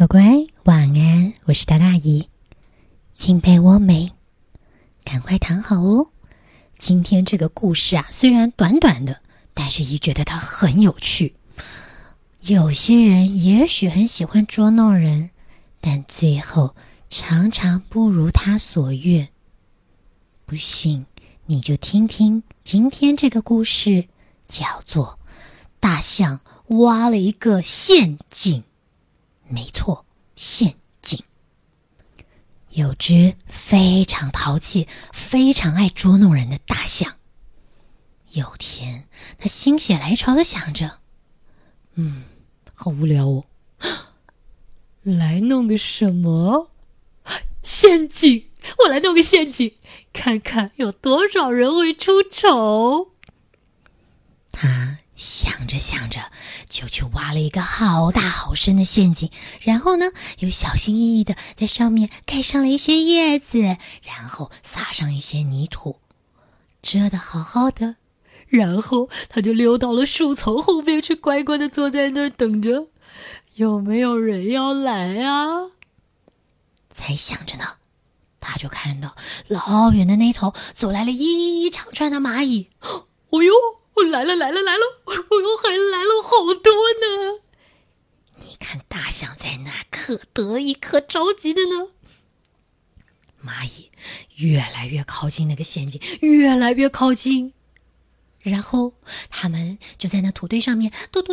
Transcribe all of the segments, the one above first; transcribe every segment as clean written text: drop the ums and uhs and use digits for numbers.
乖乖晚安，我是大大姨，请陪我美，赶快躺好哦。今天这个故事啊，虽然短短的，但是姨觉得它很有趣。有些人也许很喜欢捉弄人，但最后常常不如他所愿。不信你就听听今天这个故事，叫做大象挖了一个陷阱。没错，陷阱。有只非常淘气、非常爱捉弄人的大象。有天，他心血来潮的想着，好无聊哦，来弄个什么？陷阱！我来弄个陷阱，看看有多少人会出丑。他想着想着，就去挖了一个好大好深的陷阱，然后呢，又小心翼翼的在上面盖上了一些叶子，然后撒上一些泥土，遮得好好的。然后他就溜到了树丛后面去，乖乖的坐在那儿等着，有没有人要来啊？才想着呢，他就看到老远的那头走来了一长串的蚂蚁。哦哟，来了！哦哟，还来了好多呢！你看大象在那可得意可着急的呢。蚂蚁越来越靠近那个陷阱，越来越靠近。然后他们就在那土堆上面嘟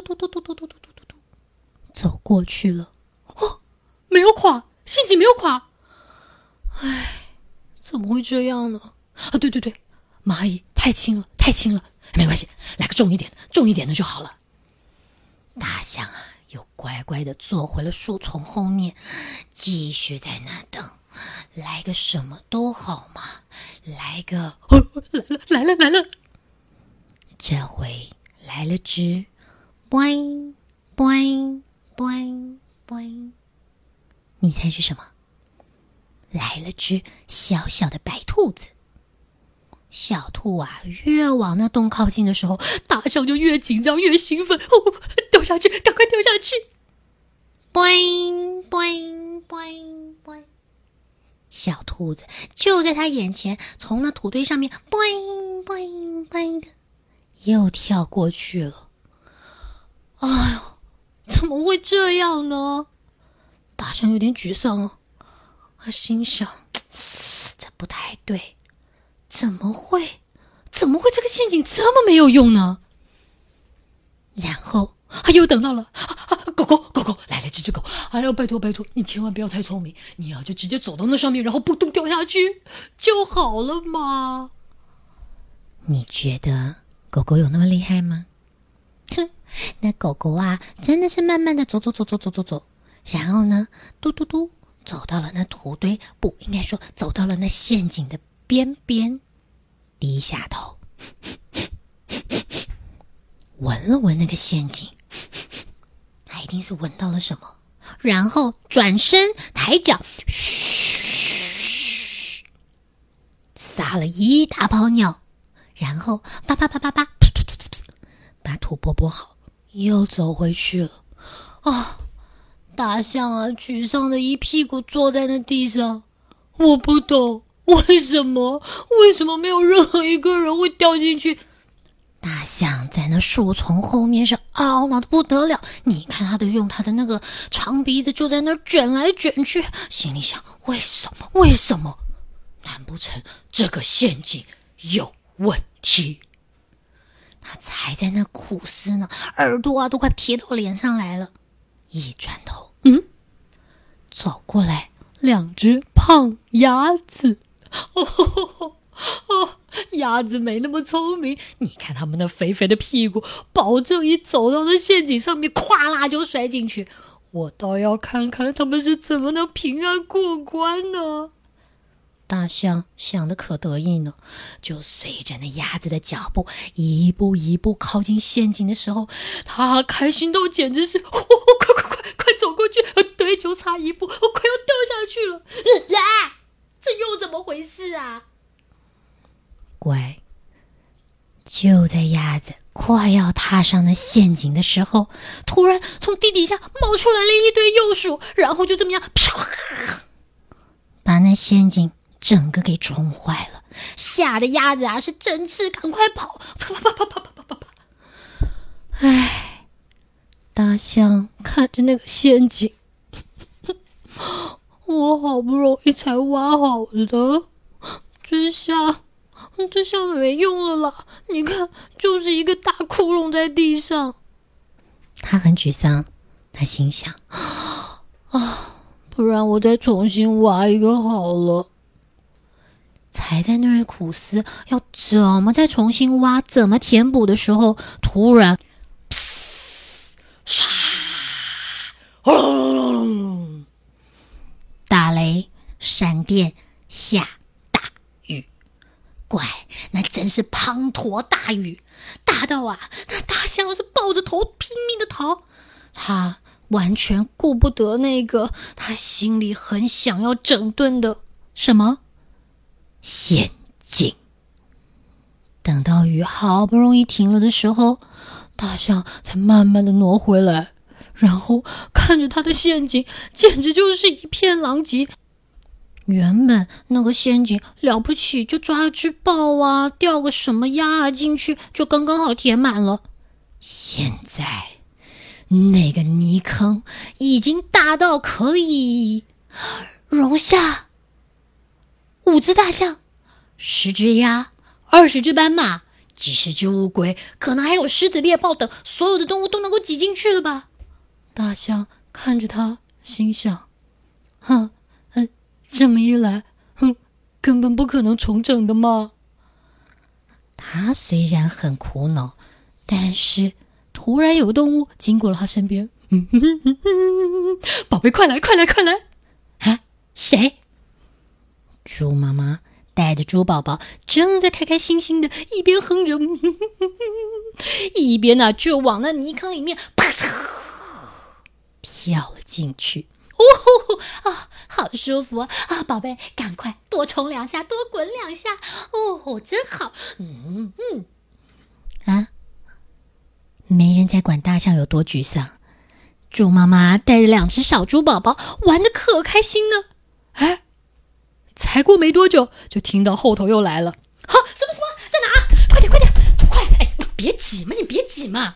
走过去了。哦，没有垮，陷阱没有垮。唉，怎么会这样呢？啊，对，蚂蚁太轻了，没关系，来个重一点的就好了。大象啊，又乖乖的坐回了树丛后面，继续在那等。来个什么都好嘛，来个来了。这回来了只 boing boing boing boing， 你猜是什么？来了只小小的白兔子。小兔啊，越往那洞靠近的时候，大象就越紧张越兴奋。掉下去，赶快掉下去。 boing boing boing boing， 小兔子就在他眼前，从那土堆上面 boing boing boing 的又跳过去了。哎呦，怎么会这样呢？大象有点沮丧哦，他心想，这不太对，怎么会这个陷阱这么没有用呢？然后他又等到了狗狗，来了这只狗。哎呦，拜托你千万不要太聪明，你就直接走到那上面，然后扑通掉下去就好了嘛。你觉得狗狗有那么厉害吗？那狗狗啊，真的是慢慢的走，然后呢，嘟走到了那土堆，不应该说走到了那陷阱的边边，低下头闻了闻那个陷阱，他一定是闻到了什么，然后转身抬脚，嘘，撒了一大泡尿，然后叭，把土拨好，又走回去了。大象啊，沮丧的一屁股坐在那地上。我不懂，为什么没有任何一个人会掉进去？大象在那树丛后面是懊恼的不得了，你看他用他的那个长鼻子就在那卷来卷去，心里想，为什么？难不成这个陷阱有问题？他才在那苦思呢，耳朵啊都快贴到脸上来了。一转头，走过来两只胖鸭子。鸭子没那么聪明，你看他们那肥肥的屁股，保证一走到那陷阱上面，咵啦就摔进去。我倒要看看他们是怎么能平安过关呢。大象想得可得意呢，就随着那鸭子的脚步一步一步靠近陷阱的时候，他开心到简直是快走过去，对，就差一步，我快要掉下去了。这又怎么回事啊？乖， 就在鸭子快要踏上那陷阱的时候，突然从地底下冒出来了一堆幼鼠，然后就这么样，把那陷阱整个给冲坏了，吓得鸭子啊是振翅赶快跑，啪啪啪啪啪啪啪啪。唉，大象看着那个陷阱，我好不容易才挖好的，这下没用了啦！你看，就是一个大窟窿在地上。他很沮丧，他心想：不然我再重新挖一个好了。才在那儿苦思要怎么再重新挖，怎么填补的时候，突然，打雷、闪电、下大雨。怪，那真是滂沱大雨，大到啊，那大象是抱着头拼命的逃，他完全顾不得那个他心里很想要整顿的什么陷阱。等到雨好不容易停了的时候，大象才慢慢的挪回来，然后看着他的陷阱，简直就是一片狼藉。原本那个陷阱了不起，就抓只豹啊，钓个什么鸭啊进去，就刚刚好填满了。现在那个泥坑已经大到可以容下5只大象、10只鸭、20只斑马、几十只乌龟，可能还有狮子、猎豹等所有的动物都能够挤进去了吧？大象看着他，心想：这么一来，根本不可能重整的嘛。他虽然很苦恼，但是突然有个动物经过了他身边，宝贝，快来快来快来！啊，谁？猪妈妈带着猪宝宝正在开开心心的一边哼着，一边就往那泥坑里面啪跳了进去。好舒服啊！宝贝，赶快多冲2下，多滚2下，真好。没人再管大象有多沮丧，猪妈妈带着2只小猪宝宝玩得可开心呢。才过没多久，就听到后头又来了。什么在哪？快点快点快！别挤嘛，你别挤嘛。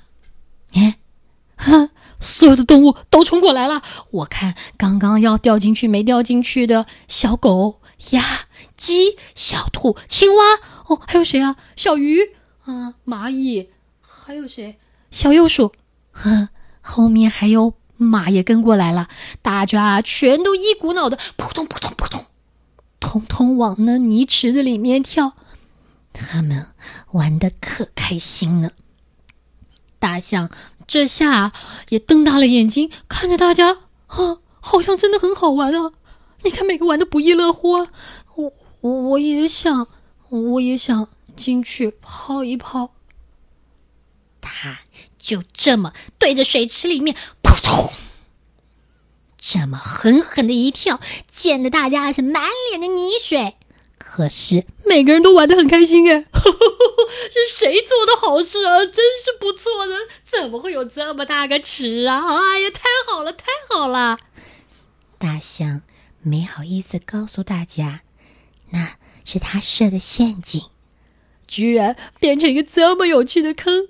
所有的动物都冲过来了，我看刚刚要掉进去没掉进去的小狗、鸭、鸡、小兔、青蛙，还有谁啊？小鱼蚂蚁，还有谁？小幼鼠。后面还有马也跟过来了，大家全都一股脑的扑通扑通扑通，通通往那泥池子里面跳，他们玩得可开心了。大象这下也瞪大了眼睛看着大家，好像真的很好玩啊！你看每个玩得不亦乐乎啊！我也想进去泡一泡。他就这么对着水池里面扑通，这么狠狠的一跳，溅得大家是满脸的泥水。可是每个人都玩得很开心是谁做的好事啊？真是不错的，怎么会有这么大个池啊？哎呀，太好了太好了！大象没好意思告诉大家，那是他设的陷阱，居然变成一个这么有趣的坑。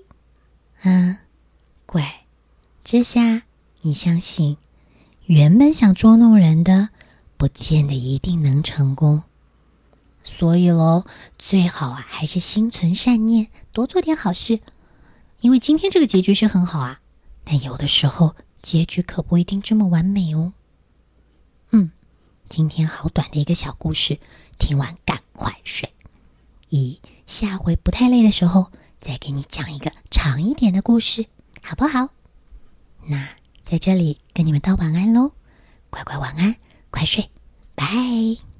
乖，这下你相信原本想捉弄人的不见得一定能成功。所以咯，最好还是心存善念，多做点好事。因为今天这个结局是很好啊，但有的时候结局可不一定这么完美哦。今天好短的一个小故事，听完赶快睡。下回不太累的时候，再给你讲一个长一点的故事，好不好？那在这里跟你们道晚安咯，乖乖晚安，快睡，拜。